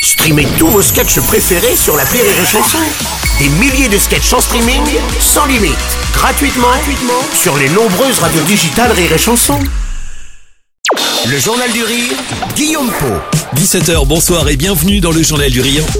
Streamez tous vos sketchs préférés sur l'appli Rire et Chanson. Des milliers de sketchs en streaming, sans limite, gratuitement sur les nombreuses radios digitales Rire et Chanson. Le Journal du Rire, Guillaume Pau. 17h, bonsoir et bienvenue dans le Journal du Rire.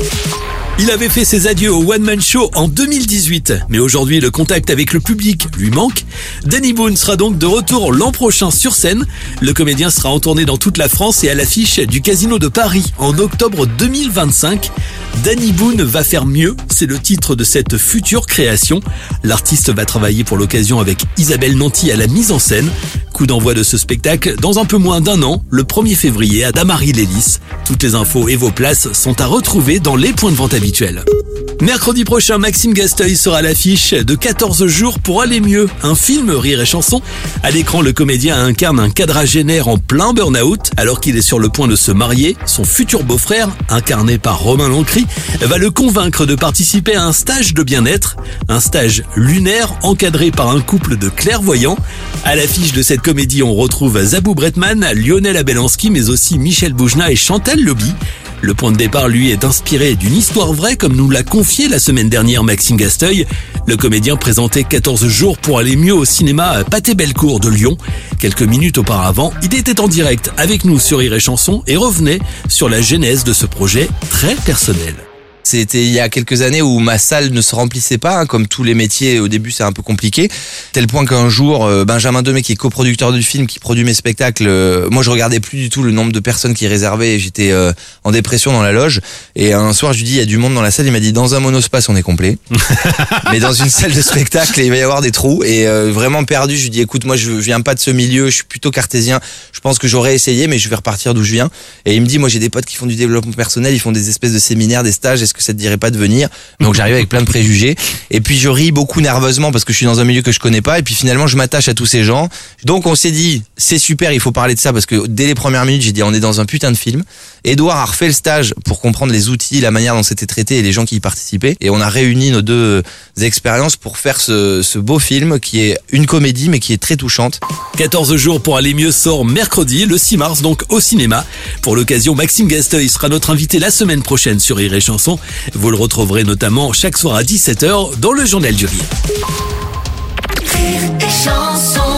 Il avait fait ses adieux au One Man Show en 2018, mais aujourd'hui le contact avec le public lui manque. Danny Boone sera donc de retour l'an prochain sur scène. Le comédien sera en tournée dans toute la France et à l'affiche du Casino de Paris en octobre 2025. Danny Boone va faire mieux, c'est le titre de cette future création. L'artiste va travailler pour l'occasion avec Isabelle Nanty à la mise en scène. Coup d'envoi de ce spectacle dans un peu moins d'un an, le 1er février à Damary-lès-Lys. Toutes les infos et vos places sont à retrouver dans les points de vente habituels. Mercredi prochain, Maxime Gasteuil sera à l'affiche de 14 jours pour aller mieux, un film Rire et Chanson. À l'écran, le comédien incarne un quadragénaire en plein burn-out. Alors qu'il est sur le point de se marier, son futur beau-frère, incarné par Romain Lancry, va le convaincre de participer à un stage de bien-être. Un stage lunaire encadré par un couple de clairvoyants. À l'affiche de cette comédie, on retrouve Zabou Bretman, Lionel Abelansky, mais aussi Michel Boujna et Chantal Lobby. Le point de départ, lui, est inspiré d'une histoire vraie, comme nous l'a confié la semaine dernière Maxime Gasteuil. Le comédien présentait 14 jours pour aller mieux au cinéma Pathé-Bellecour de Lyon. Quelques minutes auparavant, il était en direct avec nous sur Rire et Chanson et revenait sur la genèse de ce projet très personnel. C'était il y a quelques années où ma salle ne se remplissait pas, comme tous les métiers, au début c'est un peu compliqué. Tel point qu'un jour, Benjamin Demey, qui est coproducteur du film, qui produit mes spectacles, moi je regardais plus du tout le nombre de personnes qui réservaient, j'étais en dépression dans la loge. Et un soir je lui dis, il y a du monde dans la salle, il m'a dit, dans un monospace on est complet. Mais dans une salle de spectacle, il va y avoir des trous. Et vraiment perdu, je lui dis, écoute, moi je viens pas de ce milieu, je suis plutôt cartésien, je pense que j'aurais essayé, mais je vais repartir d'où je viens. Et il me dit, moi j'ai des potes qui font du développement personnel, ils font des espèces de séminaires, des stages, est-ce que ça te dirait pas de venir? Donc j'arrive avec plein de préjugés et puis je ris beaucoup nerveusement parce que je suis dans un milieu que je connais pas et puis finalement je m'attache à tous ces gens. Donc on s'est dit c'est super, il faut parler de ça parce que dès les premières minutes j'ai dit on est dans un putain de film. Edouard a refait le stage pour comprendre les outils, la manière dont c'était traité et les gens qui y participaient et on a réuni nos deux expériences pour faire ce beau film qui est une comédie mais qui est très touchante. 14 jours pour aller mieux sort mercredi, le 6 mars donc au cinéma. Pour l'occasion, Maxime Gasteuil sera notre invité la semaine prochaine sur Rire et Chanson. Vous le retrouverez notamment chaque soir à 17h dans le Journal du Rire. Rire et Chanson.